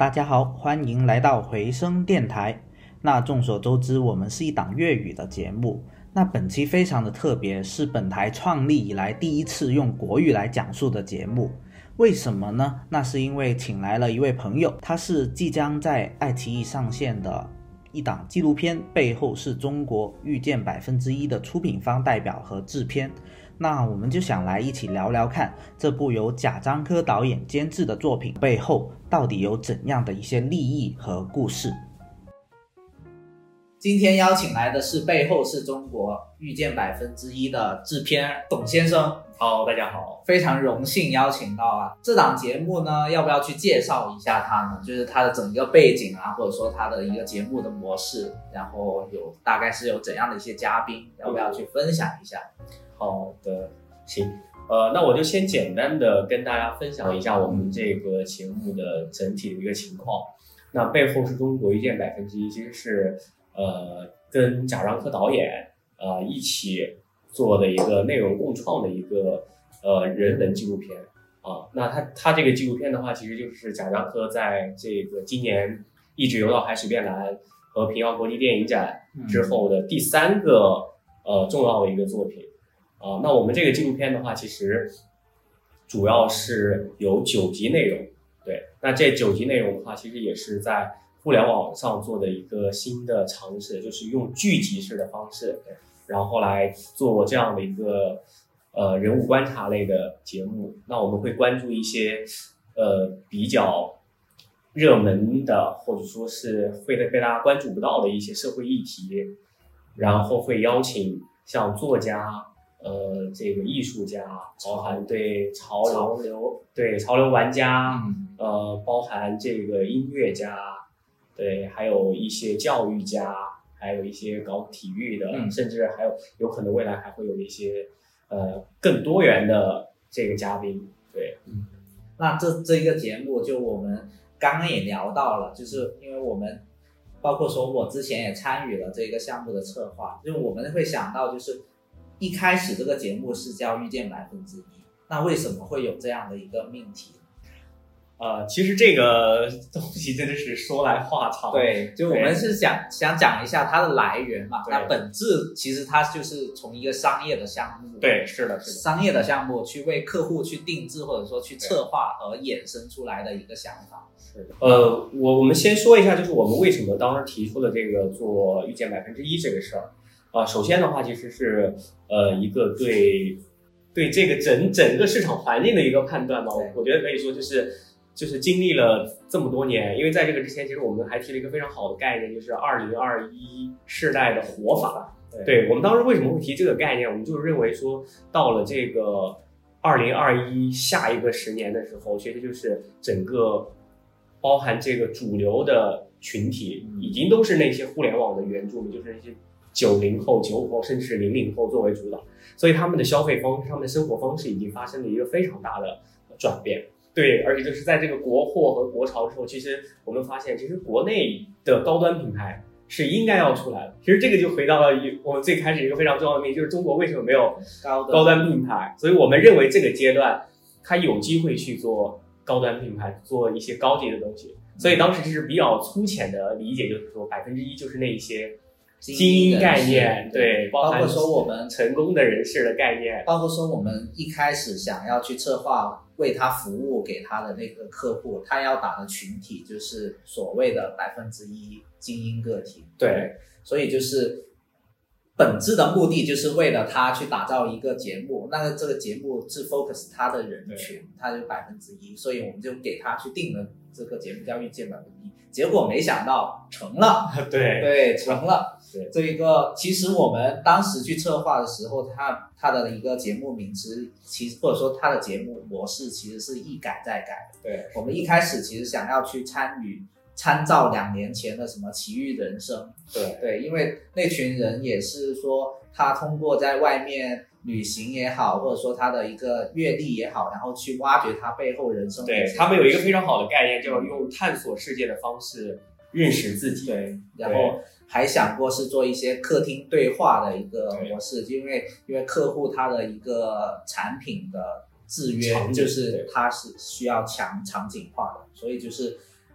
大家好，欢迎来到回声电台。那众所周知，我们是一档粤语的节目。那本期非常的特别，是本台创立以来第一次用国语来讲述的节目。为什么呢？那是因为请来了一位朋友，他是即将在爱奇艺上线的一档纪录片《背后是中国遇见1%》的出品方代表和制片。那我们就想来一起聊聊看，这部由贾樟柯导演监制的作品背后到底有怎样的一些利益和故事。今天邀请来的是《背后是中国遇见1%》的制片董先生。 好，大家好， 非常荣幸邀请到啊。这档节目呢，要不要去介绍一下它呢？就是它的整个背景啊，或者说它的一个节目的模式，然后大概是有怎样的一些嘉宾，要不要去分享一下？ 好的，行，那我就先简单的跟大家分享一下我们这个节目的整体的一个情况。那背后是中国遇见1%，其实是跟贾樟柯导演一起做的一个内容共创的一个人文纪录片啊。那他这个纪录片的话，其实就是贾樟柯在这个今年一直游到海水变蓝和平遥国际电影展之后的第3个重要的一个作品啊。那我们这个纪录片的话，其实主要是有9集内容。对，那这9集内容的话，其实也是在互联网上做的一个新的尝试，就是用剧集式的方式，然后来做这样的一个人物观察类的节目。那我们会关注一些比较热门的，或者说是会被大家关注不到的一些社会议题，然后会邀请像作家、这个艺术家，包含对潮流玩家，包含这个音乐家，对，还有一些教育家，还有一些搞体育的，甚至还有可能未来还会有一些更多元的这个嘉宾。对， 那这一个节目就我们刚刚也聊到了，就是因为我们包括说我之前也参与了这个项目的策划，就我们会想到就是一开始这个节目是叫遇见1%，那为什么会有这样的一个命题？ 其实这个东西真的是说来话长。 对，就我们是想讲一下它的来源嘛。那本质其实它就是从一个商业的项目， 对，是的， 商业的项目去为客户去定制或者说去策划而衍生出来的一个想法。 是的。我们先说一下，就是我们为什么当时提出了这个做遇见1%这个事儿。首先的话，其实是一个对这个整个市场环境的一个判断吧。我觉得可以说就是经历了这么多年，因为在这个之前，其实我们还提了一个非常好的概念，就是2021世代的活法。对，我们当时为什么会提这个概念？我们就是认为说，到了这个2021下一个10年的时候，其实就是整个包含这个主流的群体，已经都是那些互联网的原住民，就是那些90后、95后，甚至是00后作为主导，所以他们的消费方式、他们的生活方式已经发生了一个非常大的转变。对，而且就是在这个国货和国潮之后，其实我们发现，其实国内的高端品牌是应该要出来的。其实这个就回到了我们最开始一个非常重要的命题，就是中国为什么没有高端品牌？所以我们认为这个阶段它有机会去做高端品牌，做一些高级的东西。所以当时就是比较粗浅的理解，就是说1%就是那些精英概念，对，包括说我们成功的人士的概念， 包括说我们一开始想要去策划为他服务给他的那个客户，他要打的群体就是所谓的1%精英个体。 对， 所以就是本质的目的就是为了他去打造一个节目，那这个节目是 focus 他的人群，他就1%，所以我们就给他去定了这个节目叫遇见1%，结果没想到成了。对，成了。 对， 这一个其实我们当时去策划的时候，它的一个节目名词，其实或者说它的节目模式其实是一改再改的。 对， 我们一开始其实想要去参照2年前的什么奇遇人生。对，因为那群人也是说他通过在外面旅行也好，或者说他的一个阅历也好，然后去挖掘他背后人生。 对，他们有一个非常好的概念，叫用探索世界的方式认识自己。 对，然后还想过是做一些客厅对话的一个模式，因为客户他的一个产品的制约就是它是需要场景化的，所以就是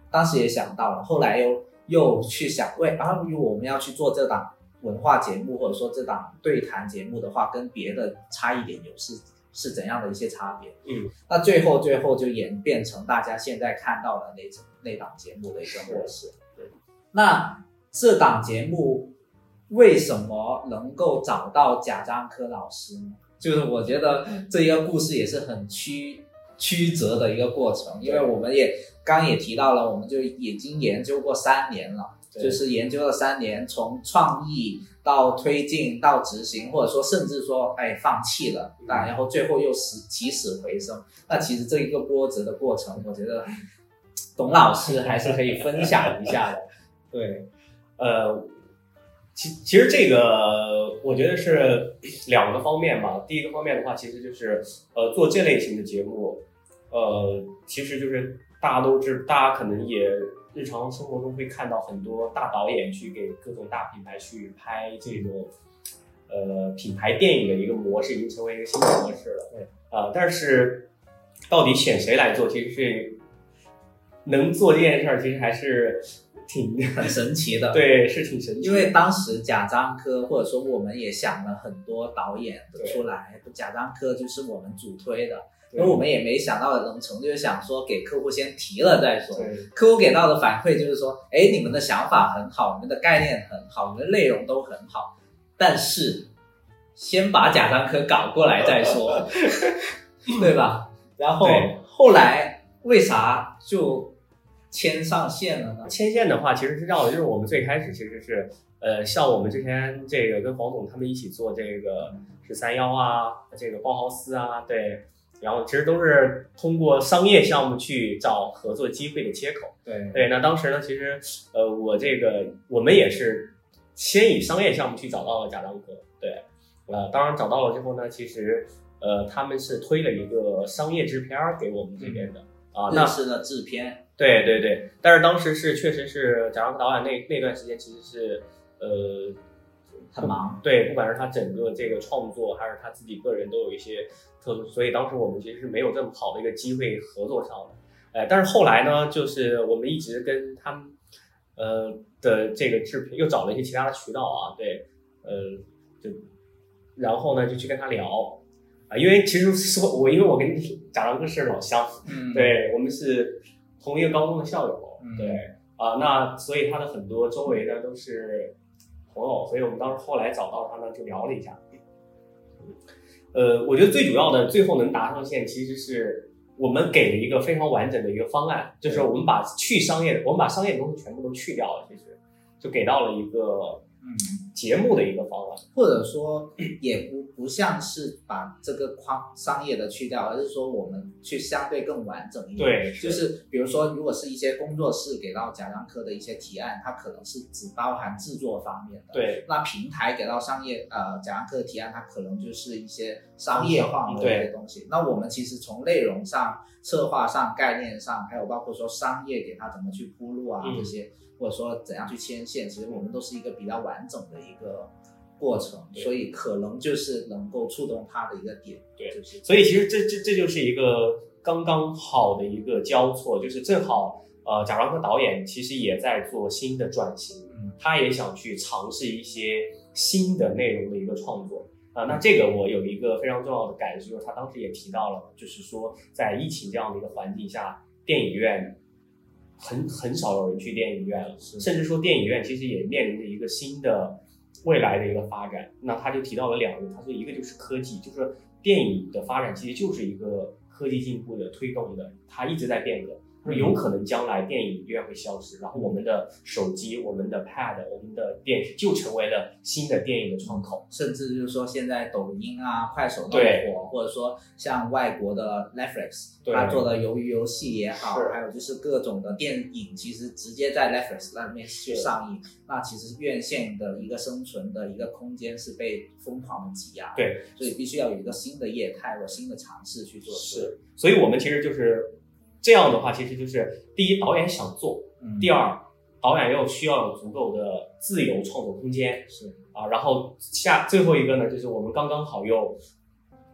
当时也想到了，后来又去想，如果我们要去做这档文化节目，或者说这档对谈节目的话，跟别的差异点是怎样的一些差别？那最后就演变成大家现在看到的那档节目的一个模式。 对， 那这档节目为什么能够找到贾樟柯老师呢？就是我觉得这一个故事也是很曲折的一个过程，因为我们刚也提到了，我们就已经研究过3年了，就是研究了3年，从创意到推进到执行，或者说甚至说放弃了，然后最后又起死回生。那其实这一个波折的过程，我觉得董老师还是可以分享一下的。 对，其实这个我觉得是2个方面吧。第一个方面的话，其实就是做这类型的节目，其实就是大家可能也日常生活中会看到很多大导演去给各种大品牌去拍这种品牌电影的一个模式，已经成为一个新的模式了。对，但是到底选谁来做，其实是能做这件事儿，其实还是很神奇的。 对，是挺神奇的。 因为当时贾樟柯，或者说我们也想了很多导演的出来，贾樟柯就是我们主推的。因为我们也没想到能成，就是想说给客户先提了再说。客户给到的反馈就是说，你们的想法很好，你们的概念很好，你们的内容都很好，但是先把贾樟柯搞过来再说，对吧？然后后来为啥就牵上线了呢？ 牵线的话，其实是这样的，就是我们最开始其实是像我们之前这个跟黄总他们一起做这个13-1啊，这个包豪斯啊，对。然后其实都是通过商业项目去找合作机会的切口。对，那当时呢，其实我们也是先以商业项目去找到了贾樟柯。对，当然找到了之后呢，其实他们是推了一个商业制片给我们这边的认识了制片。 对，但是当时确实是贾樟柯导演那段时间其实是很忙。 对，不管是他整个这个创作还是他自己个人都有一些特殊，所以当时我们其实是没有这么好的一个机会合作上的。但是后来呢，就是我们一直跟他们的这个制片又找了一些其他的渠道啊，对，然后呢就去跟他聊因为其实因为我跟贾樟柯是老乡，对，我们是同一个高中的校友，对那所以他的很多周围呢都是朋友，所以我们当时后来找到他呢就聊了一下。我觉得最主要的最后能搭上线，其实是我们给了一个非常完整的一个方案，就是我们把商业的东西全部都去掉了，其实就给到了一个节目的一个方案， 或者说也不像是把这个商业的去掉，而是说我们去相对更完整一点。 对， 就是比如说如果是一些工作室给到贾樟柯的一些提案，它可能是只包含制作方面的。 对， 那平台给到贾樟柯的提案，它可能就是一些商业化的一些东西。那我们其实从内容上、策划上、概念上，还有包括说商业给它怎么去铺路啊这些，或者说怎样去牵线，其实我们都是一个比较完整的一个过程，所以可能就是能够触动他的一个点。 对，所以其实这就是一个刚刚好的一个交错，就是正好贾樟柯导演其实也在做新的转型，他也想去尝试一些新的内容的一个创作那这个我有一个非常重要的感受，就是他当时也提到了，就是说在疫情这样的一个环境下，电影院很少有人去电影院了，甚至说电影院其实也面临着一个新的未来的一个发展。那他就提到了2个，他说一个就是科技，就是电影的发展其实就是一个科技进步的推动的，它一直在变革。有可能将来电影院会消失，然后我们的手机、我们的 Pad、我们的电视就成为了新的电影的窗口。 甚至就是说现在抖音啊、快手那么火，或者说像外国的 Netflix， 它做的鱿鱼游戏也好，还有就是各种的电影其实直接在 Netflix 那边去上映，那其实院线的一个生存的一个空间是被疯狂的挤压。 对， 所以必须要有一个新的业态或新的尝试去做。 是，所以我们其实就是这样的话，其实就是第一，导演想做；第二，导演又需要有足够的自由创作空间。然后最后一个呢，就是我们刚刚好又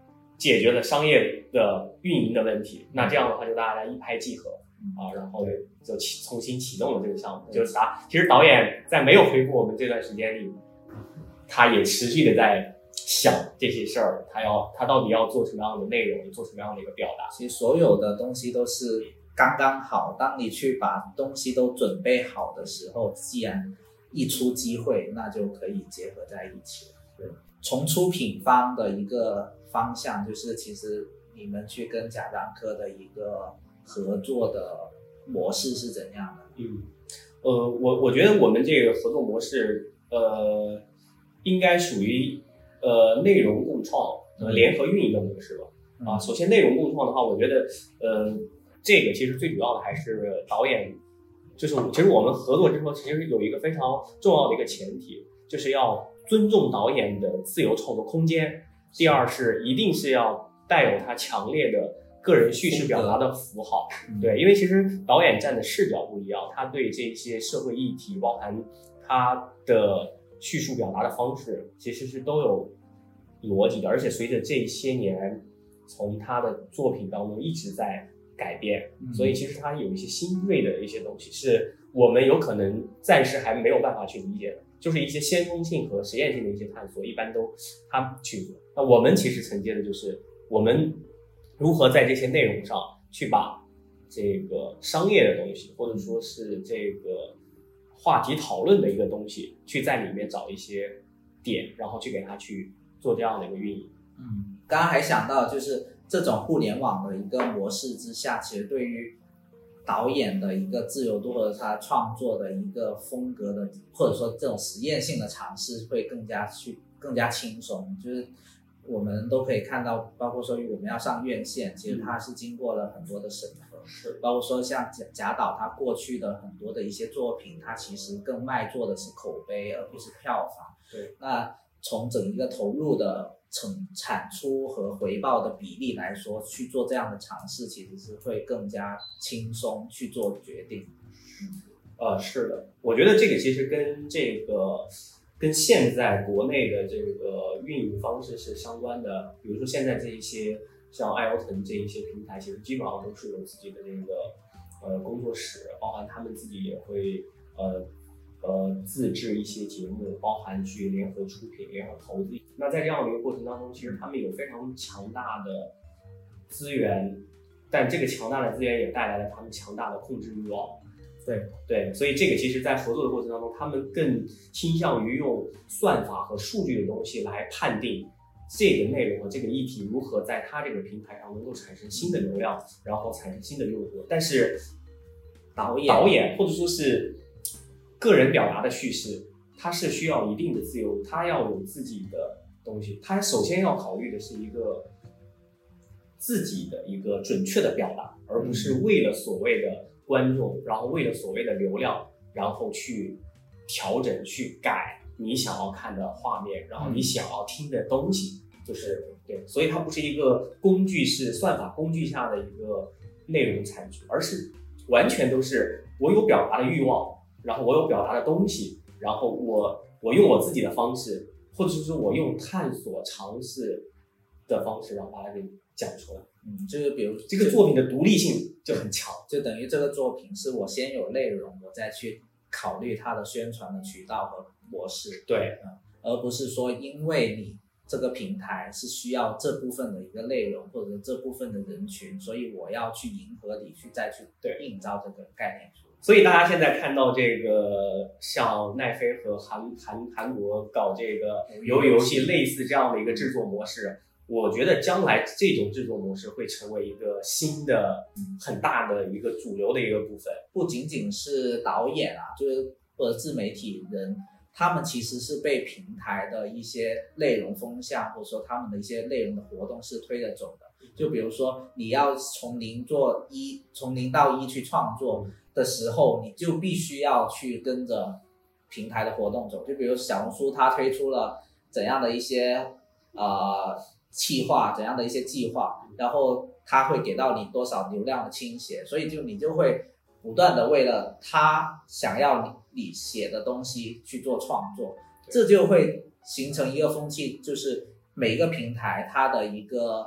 解决了商业的运营的问题，那这样的话就大家一拍即合啊，然后就重新启动了这个项目。就是其实导演在没有回复我们这段时间里，他也持续的在想这些事儿，他到底要做什么样的内容，做什么样的一个表达。 其实所有的东西都是刚刚好，当你去把东西都准备好的时候，既然一出机会，那就可以结合在一起。对，从出品方的一个方向，就是其实你们去跟贾樟柯的一个合作的模式是怎样的？ 我觉得我们这个合作模式，应该属于内容共创联合运营的模式吧。首先内容共创的话，我觉得这个其实最主要的还是导演，就是其实我们合作之后，其实有一个非常重要的一个前提，就是要尊重导演的自由创作空间。第二是一定是要带有他强烈的个人叙事表达的符号。对，因为其实导演站的视角不一样，他对这些社会议题，包含他的叙述表达的方式，其实是都有逻辑的，而且随着这些年从他的作品当中一直在改变，所以其实他有一些新锐的一些东西是我们有可能暂时还没有办法去理解的，就是一些先锋性和实验性的一些探索，一般都他去做。那我们其实承接的就是我们如何在这些内容上去把这个商业的东西，或者说是这个话题讨论的一个东西，去在里面找一些点，然后去给它去做这样的一个运营。 刚刚还想到就是这种互联网的一个模式之下，其实对于导演的一个自由度或者他创作的一个风格的，或者说这种实验性的尝试会更加轻松。就是我们都可以看到，包括说我们要上院线，其实它是经过了很多的审核，包括说像贾导他过去的很多的一些作品，他其实更卖座的是口碑而不是票房。 对， 那从整一个投入的产出和回报的比例来说，去做这样的尝试，其实是会更加轻松去做决定。 是的，我觉得这个其实跟现在国内的这个运营方式是相关的。比如说现在这一些像爱优腾这一些平台，其实基本上都是有自己的这个工作室，包含他们自己也会自制一些节目，包含去联合出品、联合投资。那在这样的一个过程当中，其实他们有非常强大的资源，但这个强大的资源也带来了他们强大的控制欲望。对，所以这个其实在合作的过程当中，他们更倾向于用算法和数据的东西来判定这个内容和这个议题如何在他这个平台上能够产生新的流量，然后产生新的用户。但是导演或者说是个人表达的叙事，它是需要一定的自由，他要有自己的东西，他首先要考虑的是一个自己的一个准确的表达，而不是为了所谓的观众，然后为了所谓的流量，然后去调整去改你想要看的画面，然后你想要听的东西，就是对，所以它不是一个工具，是算法工具下的一个内容产出，而是完全都是我有表达的欲望，然后我有表达的东西，然后我用我自己的方式，或者是我用探索尝试的方式，然后把它给讲出来。 就是比如这个作品的独立性就很强， 就等于这个作品是我先有内容，我再去考虑它的宣传的渠道和模式。 对， 而不是说因为你这个平台是需要这部分的一个内容或者这部分的人群，所以我要去迎合你，再去营造这个概念出来。 所以大家现在看到这个像奈飞和韩国搞这个鱿鱼游戏类似这样的一个制作模式，我觉得将来这种制作模式会成为一个新的很大的一个主流的一个部分。 不仅仅是导演就是或者自媒体人，他们其实是被平台的一些内容风向，或者说他们的一些内容的活动是推着走的。就比如说你要从零到一去创作的时候，你就必须要去跟着平台的活动走。就比如小红书它推出了怎样的一些企划，怎样的一些计划，然后它会给到你多少流量的倾斜，所以你就会不断的为了他想要你写的东西去做创作，这就会形成一个风气，就是每一个平台它的一个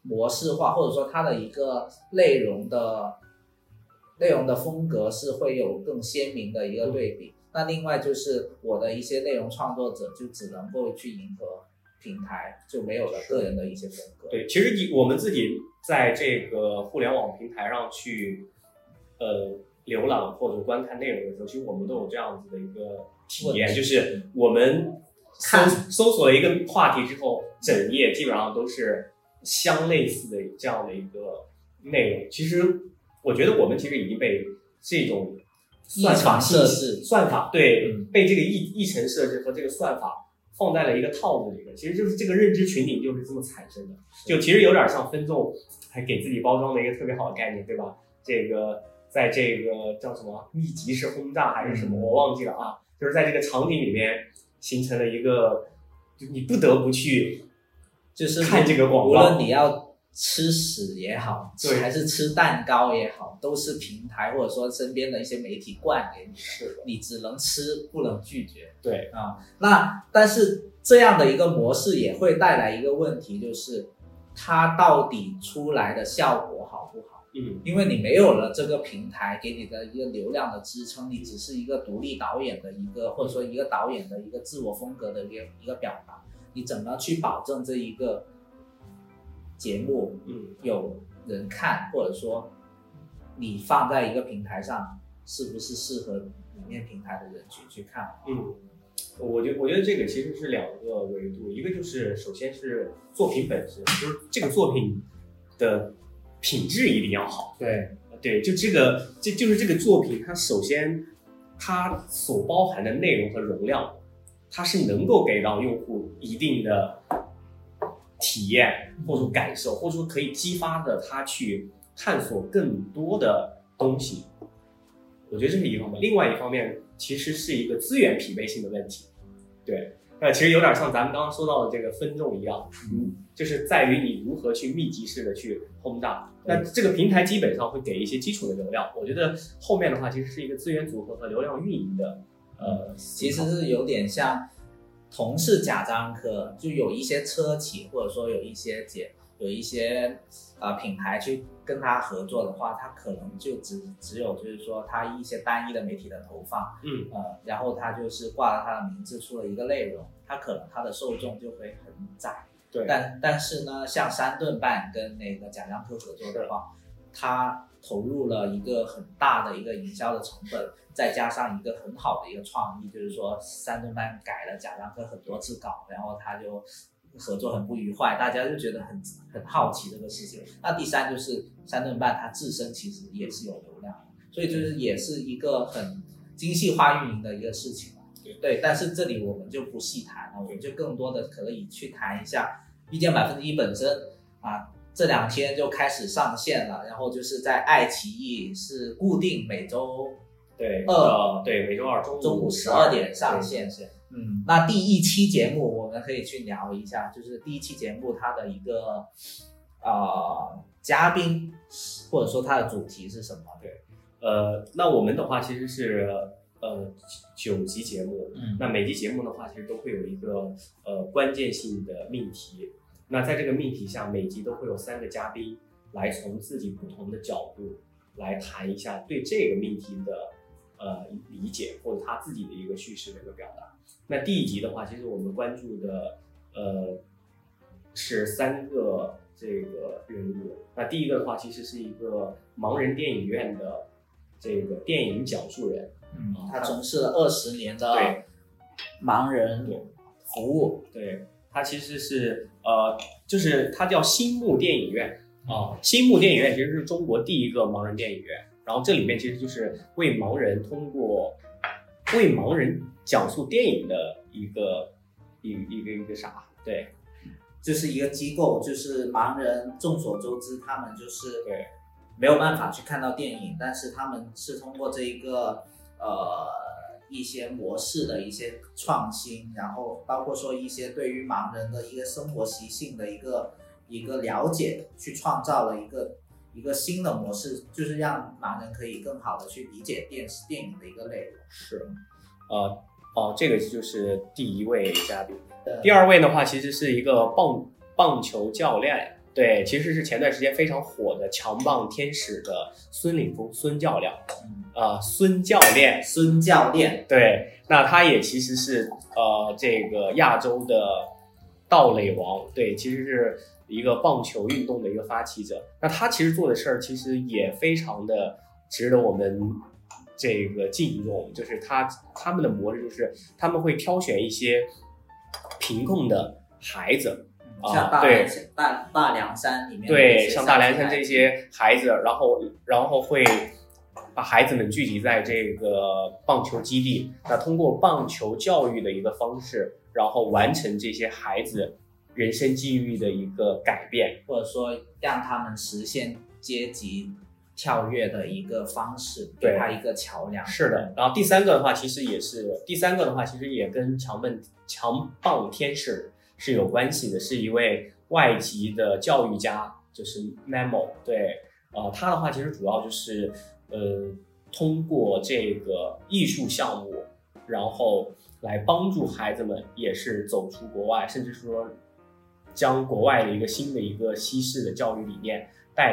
模式化，或者说它的一个内容的风格是会有更鲜明的一个对比。那另外就是我的一些内容创作者就只能够去迎合平台，就没有了个人的一些风格。 对，其实我们自己在这个互联网平台上去浏览或者观看内容的时候，其实我们都有这样子的一个体验，就是我们搜索了一个话题之后，整页基本上都是相类似的这样的一个内容。其实我觉得我们其实已经被这种算法对、被这个议程设置和这个算法放在了一个套子里面，其实就是这个认知群体就是这么产生的，就其实有点像分众还给自己包装的一个特别好的概念，对吧？这个在这个叫什么密集式轰炸还是什么，我忘记了啊，就是在这个场景里面形成了一个，就你不得不去就是看这个广告， 无论你要吃屎也好， 对， 还是吃蛋糕也好，都是平台或者说身边的一些媒体灌给你的， 是的， 你只能吃不能拒绝。 对啊，那但是这样的一个模式也会带来一个问题，就是它到底出来的效果好不好？因为你没有了这个平台给你的一个流量的支撑，你只是一个独立导演的一个，或者说一个导演的一个自我风格的一个表达，你怎么去保证这一个节目有人看，或者说你放在一个平台上是不是适合里面平台的人群去看？ 我觉得这个其实是两个维度，一个就是首先是作品本身，就是这个作品的品质一定要好。对，就是这个作品，它首先它所包含的内容和容量，它是能够给到用户一定的体验或者说感受，或者说可以激发的他去探索更多的东西。我觉得这是一方面，另外一方面其实是一个资源匹配性的问题。对，其实有点像咱们刚刚说到的这个分众一样，就是在于你如何去密集式的去轰炸。那这个平台基本上会给一些基础的流量，我觉得后面的话其实是一个资源组合和流量运营的， 其实是有点像同是贾樟柯，就有一些车企或者说有一些品牌去跟他合作的话，他可能就只有就是说他一些单一的媒体的投放，然后他就是挂了他的名字出了一个内容，他可能他的受众就会很窄。 对， 但是呢，像三顿半跟那个贾樟柯合作的话，他投入了一个很大的一个营销的成本，再加上一个很好的一个创意，就是说三顿半改了贾樟柯很多次稿，然后他就合作很不愉快，大家就觉得很好奇这个事情。那第三就是三顿半它自身其实也是有流量的，所以就是也是一个很精细化运营的一个事情。对，但是这里我们就不细谈了，我们就更多的可以去谈一下意见1%本身啊，这2天就开始上线了，然后就是在爱奇艺是固定每周每周二中午 12点上线。那第一期节目我们可以去聊一下，就是第一期节目它的一个嘉宾或者说它的主题是什么？ 那我们的话其实是9集节目，那每集节目的话其实都会有一个关键性的命题，那在这个命题下每集都会有3个嘉宾来从自己不同的角度来谈一下对这个命题的理解或者他自己的一个叙事的一个表达。那第1集的话其实我们关注的是3个这个人物，那第一个的话其实是一个盲人电影院的这个电影讲述人， 他从事了20年的盲人服务。 对，他其实是就是他叫新木电影院新木电影院其实是中国第一个盲人电影院，然后这里面其实就是为盲人讲述电影的一个啥？对， 这是一个机构，就是盲人众所周知他们就是没有办法去看到电影，但是他们是通过这一个一些模式的一些创新，然后包括说一些对于盲人的一个生活习性的一个了解，去创造了一个新的模式，就是让盲人可以更好的去理解电影的一个内容。 是，这个就是第1位嘉宾。第2位的话其实是一个棒球教练对，其实是前段时间非常火的强棒天使的孙岭峰孙教练，孙教练，对，那他也其实是这个亚洲的盗垒王，对，其实是一个棒球运动的一个发起者。那他其实做的事儿其实也非常的值得我们这个敬重，就是他们的模式就是他们会挑选一些贫困的孩子。 像大凉山里面， 对，像大凉山这些孩子，然后会把孩子们聚集在这个棒球基地，那通过棒球教育的一个方式，然后完成这些孩子人生机遇的一个改变， 或者说让他们实现阶级跳跃的一个方式，给他一个桥梁。 是的，然后第三个的话，其实也跟强棒天使是有关系的，是一位外籍的教育家，就是 Memo。对，他的话其实主要就是通过这个艺术项目，然后来帮助孩子们也是走出国外，甚至说将国外的一个新的一个西式的教育理念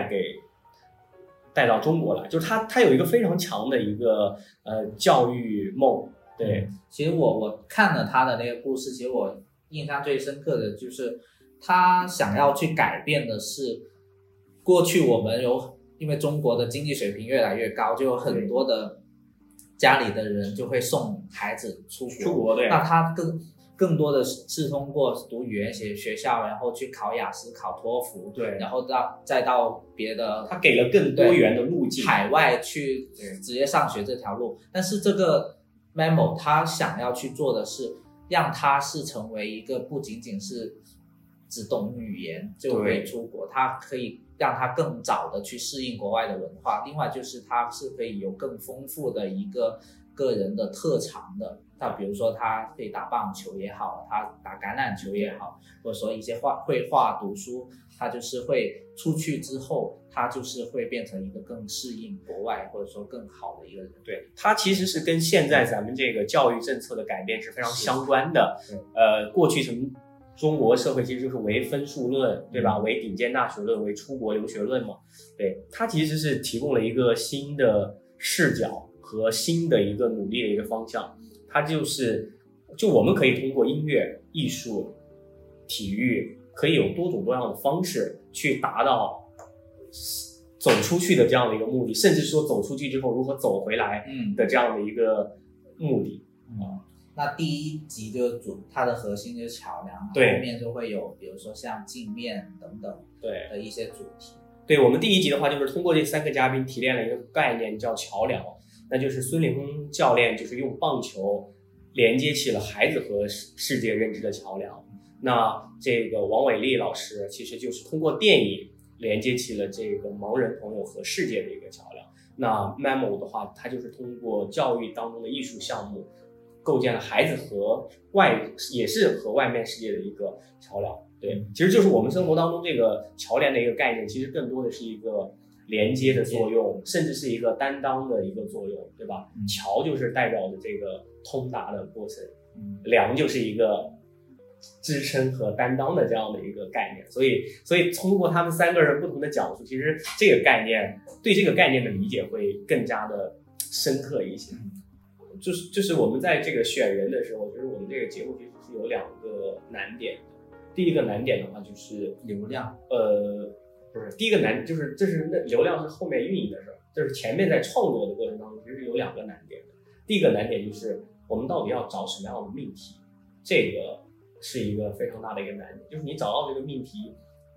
带到中国来，就是他有一个非常强的一个教育梦。对， 其实我看了他的那个故事，其实我印象最深刻的就是他想要去改变的是，过去我们因为中国的经济水平越来越高，就有很多的家里的人就会送孩子出国， 对， 那他更多的是通过读语言学校，然后去考雅思、考托福， 对， 然后再到别的， 他给了更多元的路径， 海外去直接上学这条路。但是这个 Memo 他想要去做的是，让他是成为一个不仅仅是只懂语言就可以出国，他可以让他更早的去适应国外的文化。另外就是他是可以有更丰富的一个个人的特长的，那比如说他可以打棒球也好，他打橄榄球也好，或者说一些绘画、读书，他就是会出去之后，他就是会变成一个更适应国外或者说更好的一个人。 对，他其实是跟现在咱们这个教育政策的改变是非常相关的。过去什么中国社会其实就是唯分数论，对吧？唯顶尖大学论，唯出国留学论嘛。对，他其实是提供了一个新的视角和新的一个努力的一个方向。它就我们可以通过音乐、艺术、体育，可以有多种多样的方式去达到走出去的这样的一个目的，甚至说走出去之后如何走回来的这样的一个目的。 那第一集就是它的核心就是桥梁， 对， 后面就会有比如说像镜面等等的一些主题。 对，我们第一集的话就是通过这三个嘉宾提炼了一个概念叫桥梁，那就是孙岭峰教练就是用棒球连接起了孩子和世界认知的桥梁。那这个王伟丽老师其实就是通过电影连接起了这个盲人朋友和世界的一个桥梁。那 Memo 的话，他就是通过教育当中的艺术项目构建了孩子也是和外面世界的一个桥梁。对，其实就是我们生活当中这个桥梁的一个概念，其实更多的是一个连接的作用，甚至是一个担当的一个作用，对吧？桥就是代表着这个通达的过程，梁就是一个支撑和担当的这样的一个概念。所以通过他们三个人不同的讲述，其实这个概念对这个概念的理解会更加的深刻一些。就是我们在这个选人的时候，就是我们这个节目其实是有两个难点的。第一个难点的话就是流量， 不是，第一个难就是那流量是后面运营的事儿，就是前面在创作的过程当中其实有两个难点的。第一个难点就是我们到底要找什么样的命题，这个是一个非常大的一个难点，就是你找到这个命题，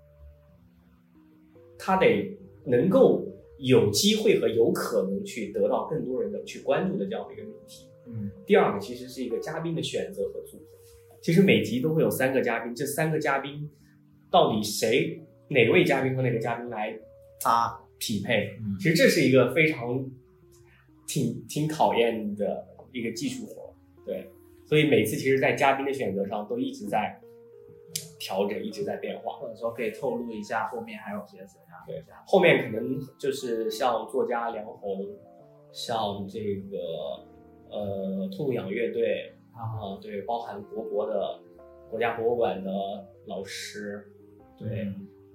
它得能够有机会和有可能去得到更多人的去关注的这样的一个命题。第二个其实是一个嘉宾的选择和组合。其实每集都会有三个嘉宾，这三个嘉宾到底哪位嘉宾和哪个嘉宾来匹配？其实这是一个非常挺考验的一个技术活。对，所以每次其实在嘉宾的选择上都一直在调整，一直在变化。 或者说可以透露一下后面还有些什么样的？ 对，后面可能就是像作家梁鸿，像这个兔养乐队对，包含国家博物馆的老师，对，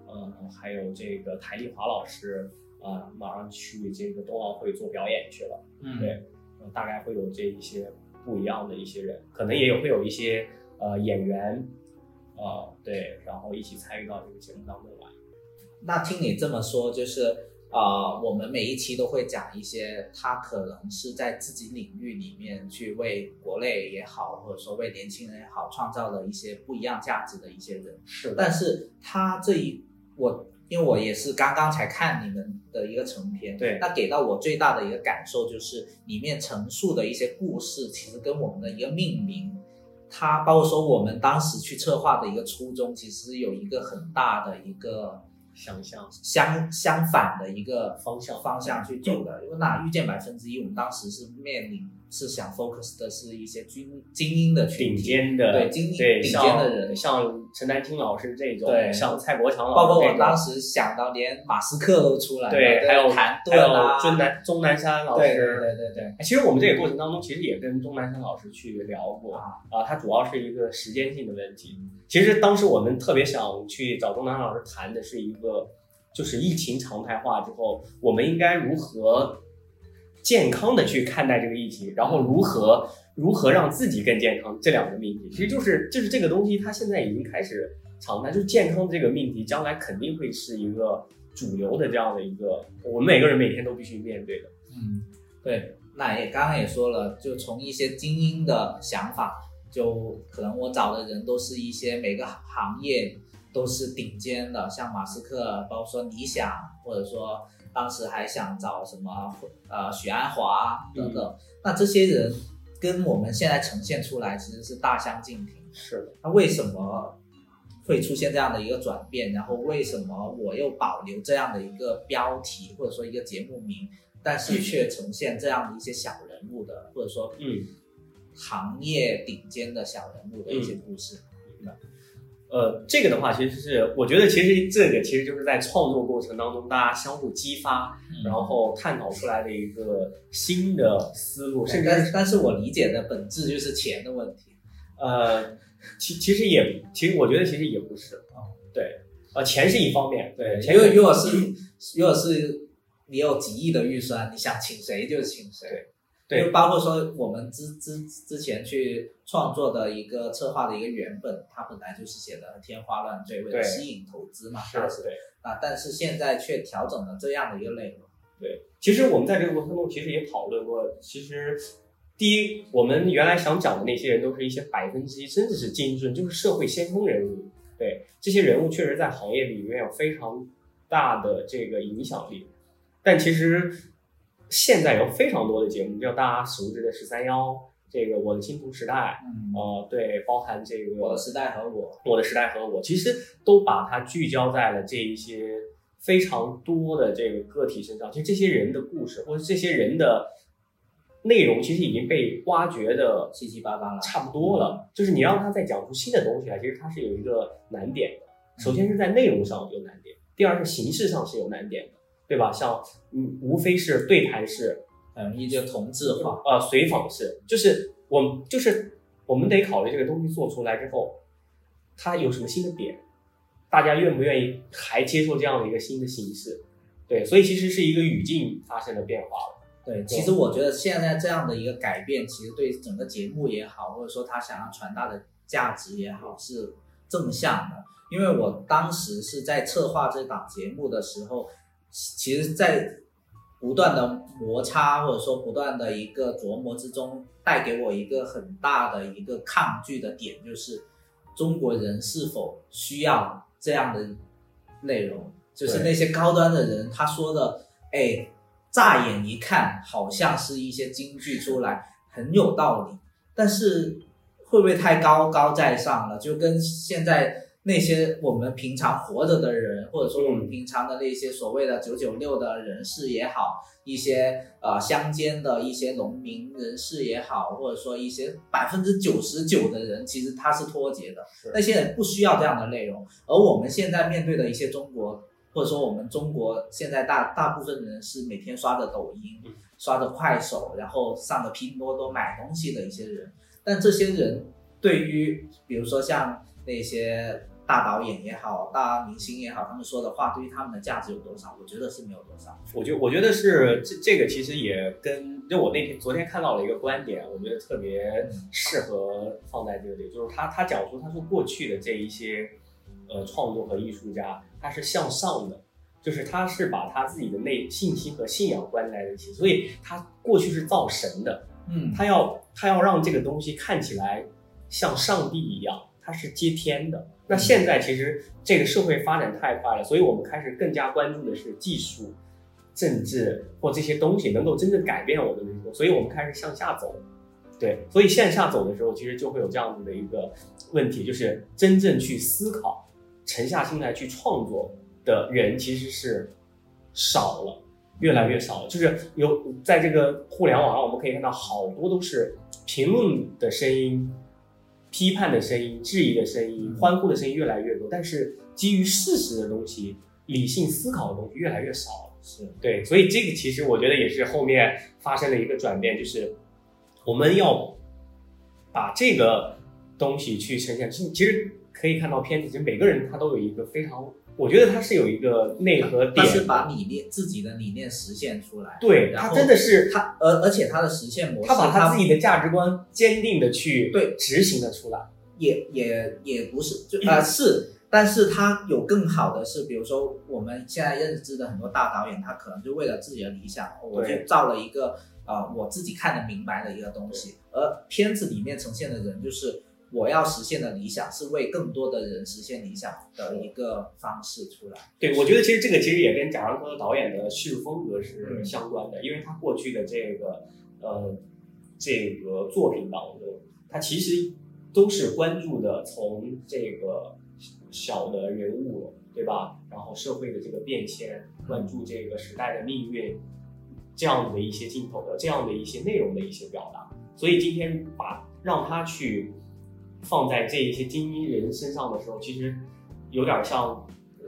还有这个台丽华老师马上去这个冬奥会做表演去了，对，大概会有这一些不一样的一些人，可能也会有一些演员，对，然后一起参与到这个节目当中来。 那听你这么说，就是我们每一期都会讲一些他可能是在自己领域里面去为国内也好，或者说为年轻人也好，创造了一些不一样价值的一些人。 是的， 但是他因为我也是刚刚才看你们的一个成片， 对， 那给到我最大的一个感受就是里面陈述的一些故事，其实跟我们的一个命名，它包括说我们当时去策划的一个初衷，其实有一个很大的一个想象相反的一个方向去走的。因为那遇见1%，我们当时是想 focus 的是一些精英的群体， 顶尖的， 对顶尖的人， 像陈丹青老师这种， 对， 像蔡国强老师， 包括我当时想到连马斯克都出来了， 对，还有谭盾啊， 钟南山老师， 对。 其实我们这个过程当中，其实也跟钟南山老师去聊过他主要是一个时间性的问题。其实当时我们特别想去找钟南山老师谈的是一个，就是疫情常态化之后，我们应该如何健康的去看待这个疫情，然后如何让自己更健康，这两个命题，其实就是这个东西，它现在已经开始常态，就是健康这个命题，将来肯定会是一个主流的这样的一个，我们每个人每天都必须面对的。 对，那刚刚也说了，就从一些精英的想法，就可能我找的人都是一些每个行业都是顶尖的，像马斯克，包括说理想，或者说当时还想找什么许鞍华等等，那这些人跟我们现在呈现出来其实是大相径庭。 是的， 那为什么会出现这样的一个转变？然后为什么我又保留这样的一个标题或者说一个节目名，但是却呈现这样的一些小人物的，或者说行业顶尖的小人物的一些故事？ 这个的话，其实是我觉得，其实这个其实就是在创作过程当中，大家相互激发，然后探讨出来的一个新的思路，甚至但是我理解的本质就是钱的问题。 其实我觉得其实也不是对，钱是一方面，对， 因为如果是你有几亿的预算，你想请谁就请谁。对，因为包括说我们之前去创作的一个策划的一个原本，它本来就是写的天花乱坠，为了吸引投资嘛， 是对但是现在却调整了这样的一个内容。 对，其实我们在这个过程中其实也讨论过，其实第一，我们原来想讲的那些人都是一些1%，甚至是精准，就是社会先锋人物。对，这些人物确实在行业里面有非常大的这个影响力，但其实现在有非常多的节目，就大家熟知的13+1，这个我的青铜时代，对，包含这个我的时代和我， 其实都把它聚焦在了这一些非常多的这个个体身上。其实这些人的故事或者这些人的内容，其实已经被挖掘的七七八八了， 差不多了。就是你让他再讲出新的东西来，其实它是有一个难点的。首先是在内容上有难点，第二是形式上是有难点的。对吧？像无非是对谈式， 很容易就同质化， 随访式，就是我们得考虑这个东西做出来之后，它有什么新的点，大家愿不愿意还接受这样的一个新的形式？对，所以其实是一个语境发生了变化了。 对，其实我觉得现在这样的一个改变，其实对整个节目也好，或者说他想要传达的价值也好，是正向的。因为我当时是在策划这档节目的时候，其实在不断的摩擦或者说不断的一个琢磨之中，带给我一个很大的一个抗拒的点，就是中国人是否需要这样的内容。就是那些高端的人他说的乍眼一看好像是一些金句出来，很有道理，但是会不会太高在上了，就跟现在那些我们平常活着的人，或者说我们平常的那些所谓的996的人士也好，一些乡间的一些农民人士也好，或者说一些99%的人，其实他是脱节的，那些人不需要这样的内容。而我们现在面对的一些中国，或者说我们中国现在大部分人是每天刷着抖音，刷着快手，然后上着拼多多买东西的一些人，但这些人对于比如说像那些大导演也好，大明星也好，他们说的话对于他们的价值有多少？我觉得是没有多少。 我觉得是这个其实也跟就我昨天看到了一个观点，我觉得特别适合放在这里，就是他讲述他说过去的这一些创作和艺术家，他是向上的，就是他是把他自己的信心和信仰关在一起，所以他过去是造神的，他要让这个东西看起来像上帝一样，它是接天的。那现在其实这个社会发展太快了，所以我们开始更加关注的是技术、政治或这些东西能够真正改变我们的生活，所以我们开始向下走。对，所以向下走的时候，其实就会有这样子的一个问题，就是真正去思考、沉下心来去创作的人其实是少了，越来越少了。就是在这个互联网上，我们可以看到好多都是评论的声音、批判的声音、质疑的声音、欢呼的声音越来越多，但是基于事实的东西、理性思考的东西越来越少了。 是对，所以这个其实我觉得也是后面发生了一个转变，就是我们要把这个东西去呈现。其实可以看到片子，其实每个人他都有一个非常，我觉得他是有一个内核点， 他是把自己的理念实现出来。 对，他真的是他，而且他的实现模式， 他把他自己的价值观坚定的去执行了出来。 也不是是，但是他有更好的是，比如说我们现在认知的很多大导演，他可能就为了自己的理想，我就造了一个我自己看得明白的一个东西，而片子里面呈现的人就是我要实现的理想是为更多的人实现理想的一个方式出来。 对，我觉得其实这个其实也跟贾樟柯导演的叙述风格是相关的，因为他过去的这个作品当中，他其实都是关注的从这个小的人物，对吧？然后社会的这个变迁，关注这个时代的命运，这样子的一些镜头的，这样的一些内容的一些表达。所以今天让他去放在这一些精英人身上的时候，其实有点像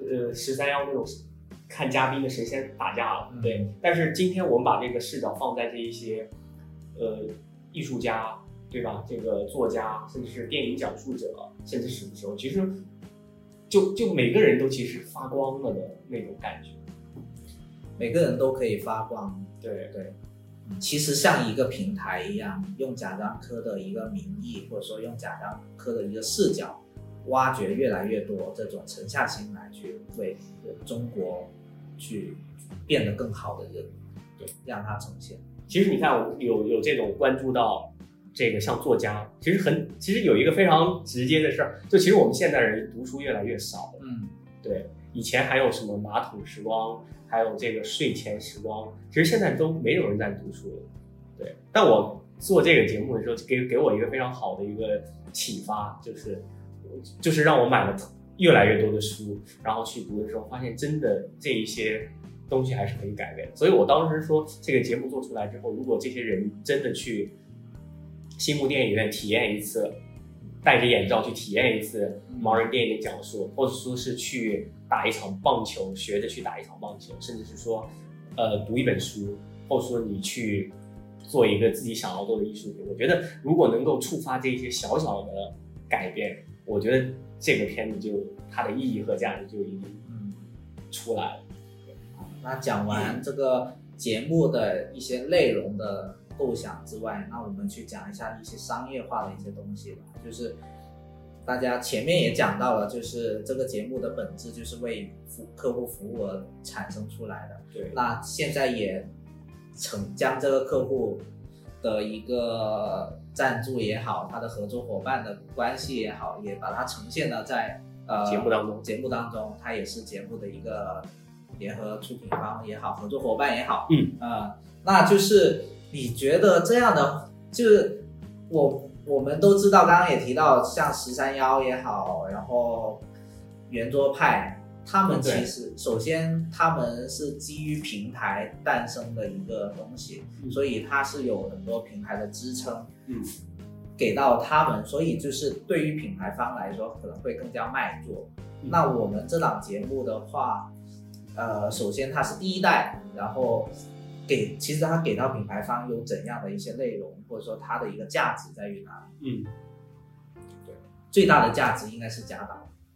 13·1那种看嘉宾的神仙打架了，对。但是今天我们把这个视角放在这一些艺术家，对吧？这个作家，甚至是电影讲述者，甚至是的时候，其实就每个人都其实发光了的那种感觉， 每个人都可以发光。 对对。 其实像一个平台一样，用贾樟柯的一个名义，或者说用贾樟柯的一个视角，挖掘越来越多这种沉下心来去为中国去变得更好的人，对，让它呈现。 其实你看，有这种关注到这个像作家，其实有一个非常直接的事儿，就其实我们现代人读书越来越少了。对，以前还有什么马桶时光，还有这个睡前时光，其实现在都没有人在读书了。对，但我做这个节目的时候，给我一个非常好的一个启发，就是让我买了越来越多的书，然后去读的时候，发现真的这一些东西还是可以改变的。所以我当时说，这个节目做出来之后，如果这些人真的去西木电影院体验一次，戴着眼罩去体验一次盲人电影的讲述，或者说是去打一场棒球，学着去打一场棒球，甚至是说读一本书，或者说你去做一个自己想要做的艺术品。我觉得如果能够触发这些小小的改变，我觉得这个片子就它的意义和价值就已经出来了。 那讲完这个节目的一些内容的构想之外，那我们去讲一下一些商业化的一些东西吧。就是大家前面也讲到了，就是这个节目的本质就是为客户服务而产生出来的。 对， 那现在也将这个客户的一个赞助也好，他的合作伙伴的关系也好，也把它呈现了在节目当中，它也是节目的一个联合出品方也好，合作伙伴也好。那就是你觉得这样的，就是我们都知道，刚刚也提到像13·1也好，然后圆桌派，他们其实首先他们是基于平台诞生的一个东西，所以它是有很多平台的支撑，给到他们，所以就是对于品牌方来说可能会更加卖座。那我们这档节目的话，首先它是第一代，然后其实它给到品牌方有怎样的一些内容，或者说它的一个价值在于哪里？对，最大的价值应该是贾导。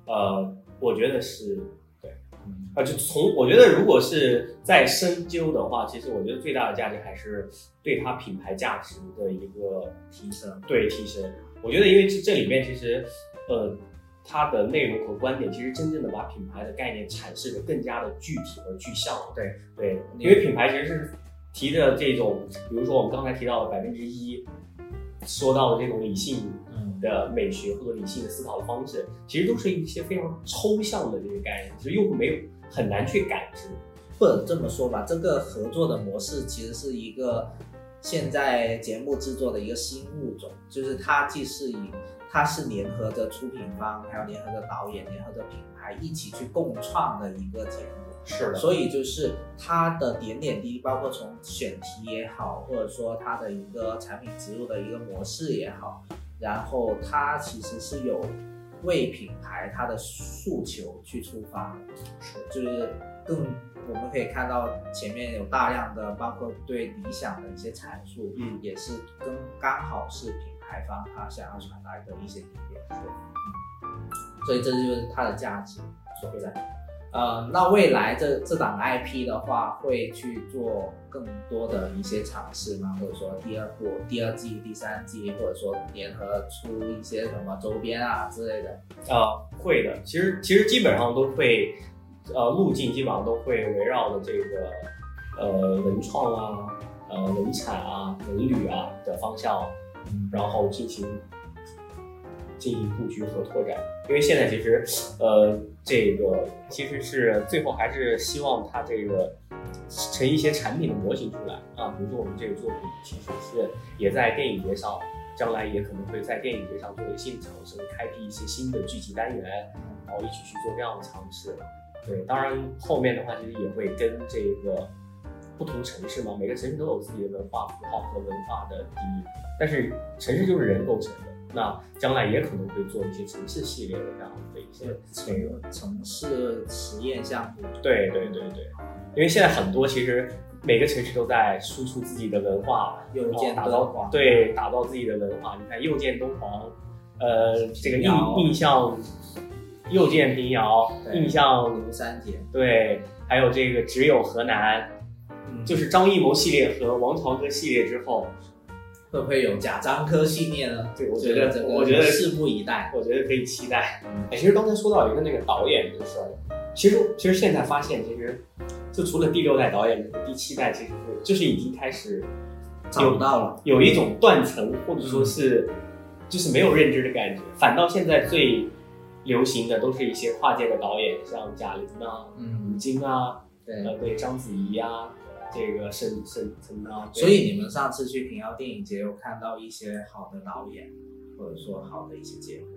我觉得是对，我觉得如果是再深究的话，其实我觉得最大的价值还是对它品牌价值的一个提升。 对提升，我觉得因为这里面其实它的内容和观点，其实真正的把品牌的概念阐释的更加的具体和具象。对，因为品牌其实是提的这种，比如说我们刚才提到的1%，说到的这种理性的美学或者理性的思考的方式，其实都是一些非常抽象的这些概念，其实用户很难去感知。 或者这么说吧，这个合作的模式其实是一个现在节目制作的一个新物种，就是它是联合着出品方，还有联合着导演、联合着品牌一起去共创的一个节目。 是的， 所以就是它的点点滴滴，包括从选题也好，或者说它的一个产品植入的一个模式也好，然后它其实是有为品牌它的诉求去出发的，就是我们可以看到前面有大量的包括对理想的一些阐述，也是刚好是品牌方他想要传达的一些理念，所以这就是它的价值所在。那未来这档 IP 的话，会去做更多的一些尝试吗？或者说第二部、第二季、第三季，或者说联合出一些什么周边啊之类的？ 会的。其实基本上都会，路径基本上都会围绕着这个文创啊、文产啊、文旅啊的方向，然后进行布局和拓展。因为现在其实这个其实是最后还是希望它这个成一些产品的模型出来啊。比如说我们这个作品其实是也在电影节上，将来也可能会在电影节上作为新尝试，开辟一些新的剧集单元，然后一起去做这样的尝试。对，当然后面的话其实也会跟这个不同城市嘛，每个城市都有自己的文化符号和文化的底蕴，但是城市就是人构成的。那将来也可能会做一些城市系列的这样的一些内容， 城市实验项目。 对，因为现在很多其实每个城市都在输出自己的文化， 又见打造自己的文化。你看又见敦煌，这个印象，又见平遥，印象庐山节， 对，还有这个只有河南，就是张艺谋系列和王朝歌系列之后。 会不会有贾樟柯系列呢？ 对，我觉得拭目以待， 我觉得可以期待。其实刚才说到一个那个导演的事儿，其实现在发现，其实就除了第6代导演，第7代其实就是已经开始找不到了， 有一种断层，或者说是就是没有认知的感觉。反倒现在最流行的都是一些跨界的导演，像贾玲啊、吴京啊，对章子怡啊。这个沈啊， 所以你们上次去平遥电影节有看到一些好的导演，或者说好的一些结果？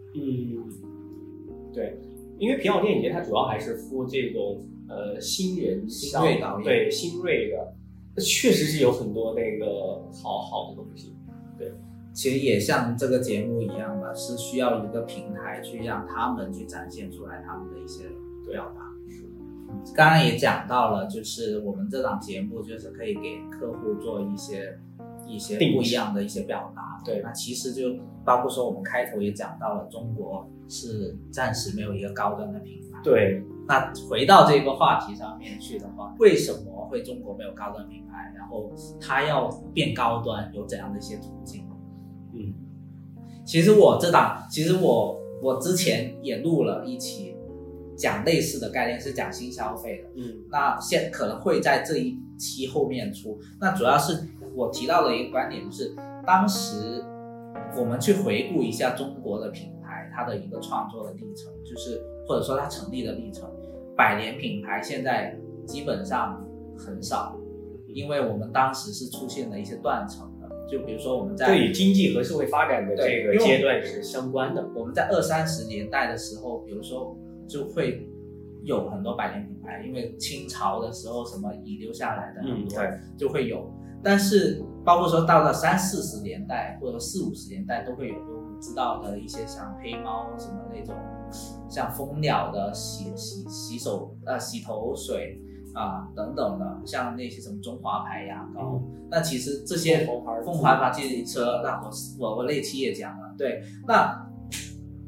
对，因为平遥电影节它主要还是服务这种新锐导演， 对新锐的，确实是有很多那个好的东西。对， 其实也像这个节目一样吧，是需要一个平台去让他们去展现出来他们的一些表达。刚刚也讲到了，就是我们这档节目就是可以给客户做一些不一样的一些表达。 对， 那其实就包括说我们开头也讲到了，中国是暂时没有一个高端的品牌。 对， 那回到这个话题上面去的话，为什么会中国没有高端品牌？然后它要变高端有怎样的一些途径？其实我之前也录了一期。讲类似的概念是讲新消费的，那可能会在这一期后面出。那主要是我提到的一个观点，就是当时我们去回顾一下中国的品牌，它的一个创作的历程，就是或者说它成立的历程。百年品牌现在基本上很少，因为我们当时是出现了一些断层的，就比如说我们在对经济和社会发展的这个阶段是相关的。 我们在20-30年代的时候，比如说。就会有很多百年品牌，因为清朝的时候什么遗留下来的很多，就会有。但是包括说到了30-40年代或者40-50年代都会有，我们知道的一些像黑猫什么那种，像蜂鸟的洗头水啊等等的，像那些什么中华牌牙膏。那其实这些凤凰牌自行车，那我那期也讲了，对，那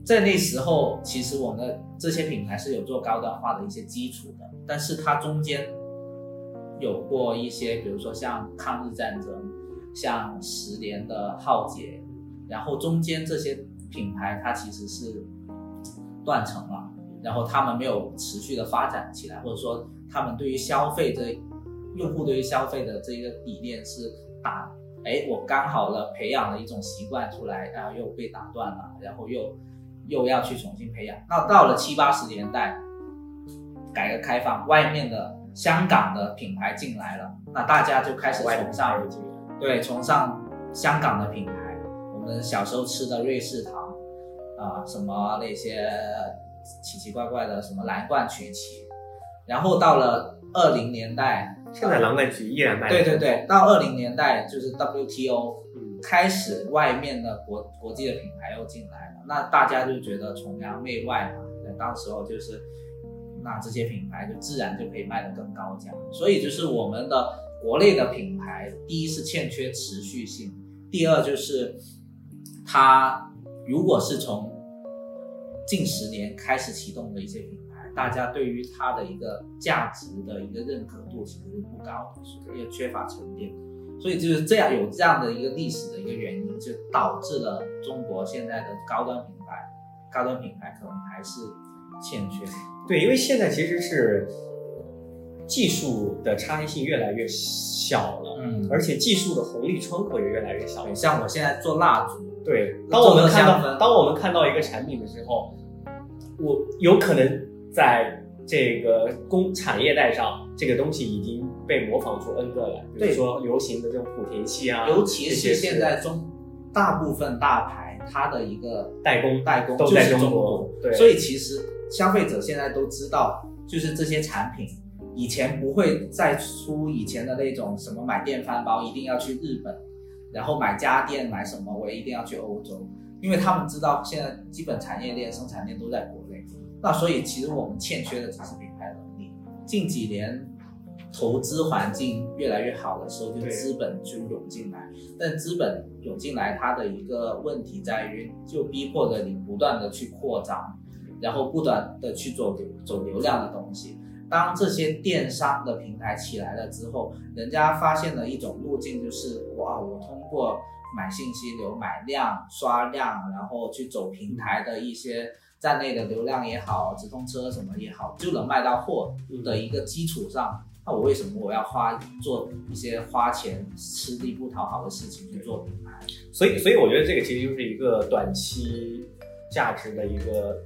在那时候，其实我们的这些品牌是有做高端化的一些基础的，但是它中间有过一些，比如说像抗日战争，像10年的浩劫，然后中间这些品牌它其实是断层了，然后他们没有持续的发展起来，或者说他们对于消费用户对于消费的这个理念是我刚好培养了一种习惯出来，然后又被打断了，然后又要去重新培养。那到了70、80年代，改革开放，外面的香港的品牌进来了，那大家就开始崇尚香港的品牌。我们小时候吃的瑞士糖什么那些奇奇怪怪的什么蓝罐曲奇，然后到了20年代， 现在蓝罐曲依然卖。 对，到20年代就是 WTO 开始，外面的国际的品牌又进来了，那大家就觉得崇洋媚外嘛，当时候就是那这些品牌就自然就可以卖得更高价，所以就是我们的国内的品牌，第一是欠缺持续性，第二就是它如果是从近10年开始启动的一些品牌，大家对于它的一个价值的一个认可度其实是不高的，也缺乏沉淀，所以就是这样有这样的一个历史的一个原因，就导致了中国现在的高端品牌可能还是欠缺。 对，因为现在其实是技术的差异性越来越小了，而且技术的红利窗口也越来越小了。 像我现在做蜡烛， 对，当我们看到一个产品的时候，我有可能在这个产业带上，这个东西已经被模仿出 N 个来，比如说流行的这种莆田系啊， 尤其是现在大部分大牌它的一个代工都在中国，对， 所以其实消费者现在都知道，就是这些产品以前不会再出以前的那种什么买电饭煲一定要去日本，然后买家电买什么我一定要去欧洲，因为他们知道现在基本产业链生产链都在国内，那所以其实我们欠缺的只是品牌能力。近几年投资环境越来越好的时候，就资本就涌进来，但资本涌进来它的一个问题在于，就逼迫着你不断的去扩张，然后不断的去走流量的东西。当这些电商的平台起来了之后，人家发现了一种路径，就是我通过买信息流、买量、刷量，然后去走平台的一些站内的流量也好，直通车什么也好，就能卖到货的一个基础上，那我为什么我要做一些花钱吃力不讨好的事情去做品牌？ 所以我觉得这个其实就是一个短期价值的一个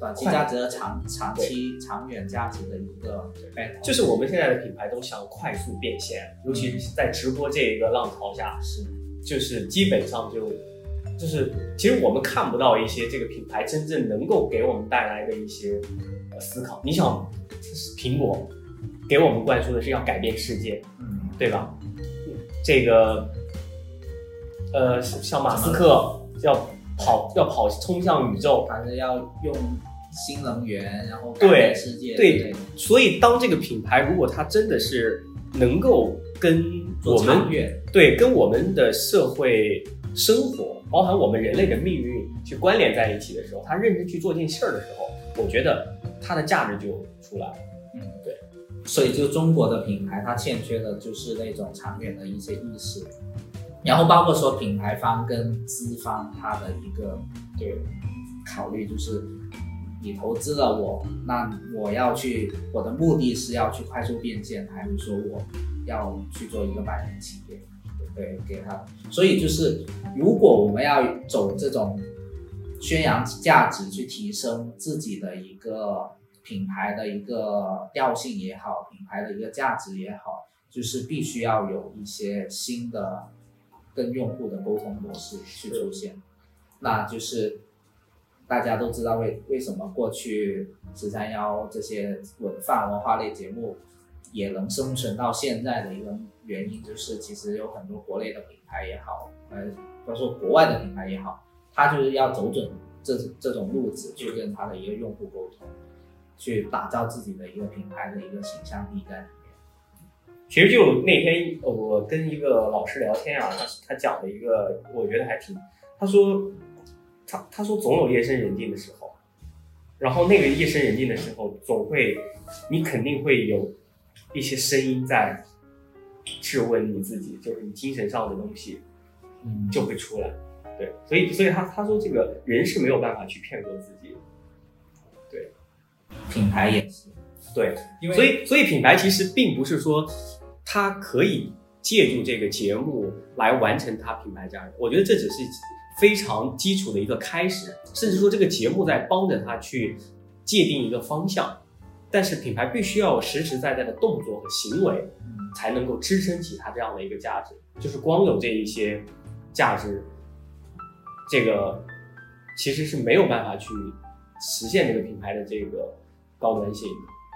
长远价值的一个 battle， 就是我们现在的品牌都想快速变现，尤其是在直播这个浪潮下，就是基本上就是其实我们看不到一些这个品牌真正能够给我们带来的一些思考。你想，苹果给我们灌输的是要改变世界，对吧？这个像马斯克要跑冲向宇宙， 反正要用新能源，然后改变世界。 对，所以当这个品牌如果它真的是能够跟我们的社会生活，包含我们人类的命运去关联在一起的时候，他认真去做件事儿的时候，我觉得它的价值就出来了。对。 所以就中国的品牌，它欠缺的就是那种长远的一些意识。然后包括说品牌方跟资方他的一个考虑，就是你投资了我，那我的目的是要去快速变现，还是说我要去做一个百年企业？对，给他。所以就是如果我们要走这种宣扬价值，去提升自己的一个品牌的一个调性也好，品牌的一个价值也好，就是必须要有一些新的跟用户的沟通模式去出现。那就是大家都知道为什么过去13-1这些文化类节目也能生存到现在的一个原因，就是其实有很多国内的品牌也好，或者说国外的品牌也好，它就是要走准这种路子去跟它的一个用户沟通，去打造自己的一个品牌的一个形象力在里面。 其实就那天我跟一个老师聊天啊，他讲了一个我觉得还挺，他说总有夜深人静的时候， 然后那个夜深人静的时候，你肯定会有一些声音在质问你自己，就是你精神上的东西就会出来。对，所以他说这个人是没有办法去骗过自己。对， 品牌也是。 对， 因为所以品牌其实并不是说它可以借助这个节目来完成它品牌价值，我觉得这只是非常基础的一个开始，甚至说这个节目在帮着它去界定一个方向，但是品牌必须要有实实在在的动作和行为，才能够支撑起它这样的一个价值。就是光有这一些价值，这个其实是没有办法去实现这个品牌的这个高端性。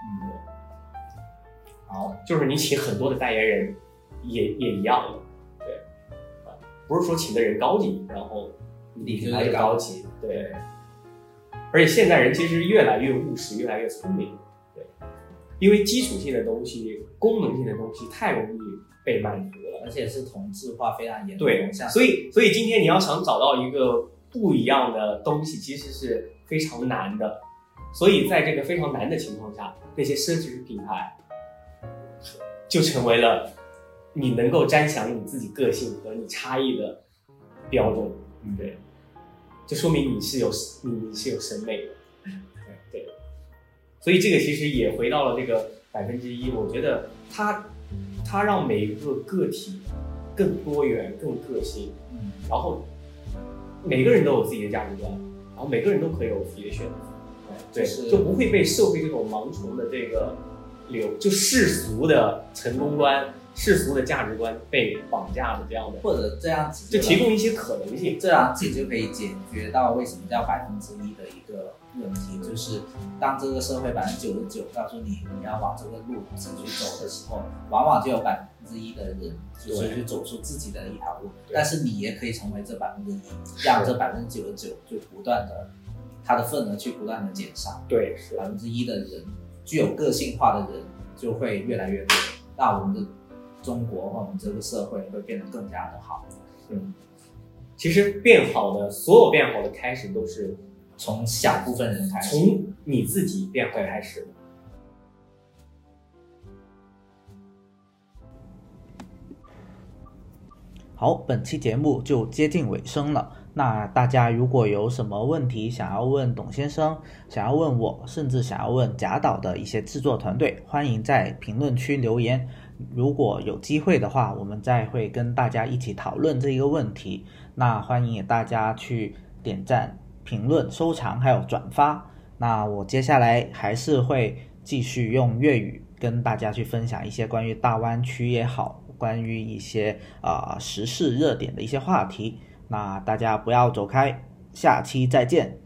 好， 就是你请很多的代言人也一样的，对，不是说请的人高级，然后你品牌就高级，对。而且现在人其实越来越务实，越来越聪明，对，因为基础性的东西、功能性的东西太容易被满足了， 而且是同质化非常严重。 对，所以今天你要想找到一个不一样的东西，其实是非常难的。所以在这个非常难的情况下，那些奢侈品牌就成为了你能够沾响你自己个性和你差异的标准。对，就说明你是有审美的。对，所以这个其实也回到了这个1%，我觉得它让每一个个体更多元、更个性，然后每个人都有自己的价值观，然后每个人都可以有自己的选择。对，就不会被社会这种盲从的这个就世俗的成功观、世俗的价值观被绑架的这样的， 或者这样子就提供一些可能性， 这样子就可以解决到为什么叫1%的一个问题，就是当这个社会99%告诉你要往这个路子去走的时候，往往就有1%的人就是去走出自己的一条路，但是你也可以成为这1%，让这99%就不断的。它的份额去不断的减少， 对，是 1%的人具有个性化的人就会越来越多，那我们的中国或我们这个社会会变得更加的好。 其实所有变好的开始都是从小部分人开始， 从你自己变好开始的。 好，本期节目就接近尾声了。那大家如果有什么问题想要问董先生，想要问我，甚至想要问贾导的一些制作团队，欢迎在评论区留言。如果有机会的话，我们再会跟大家一起讨论这一个问题。那欢迎大家去点赞、评论、收藏还有转发。那我接下来还是会继续用粤语跟大家去分享一些关于大湾区也好，关于一些时事热点的一些话题。那大家不要走开，下期再见。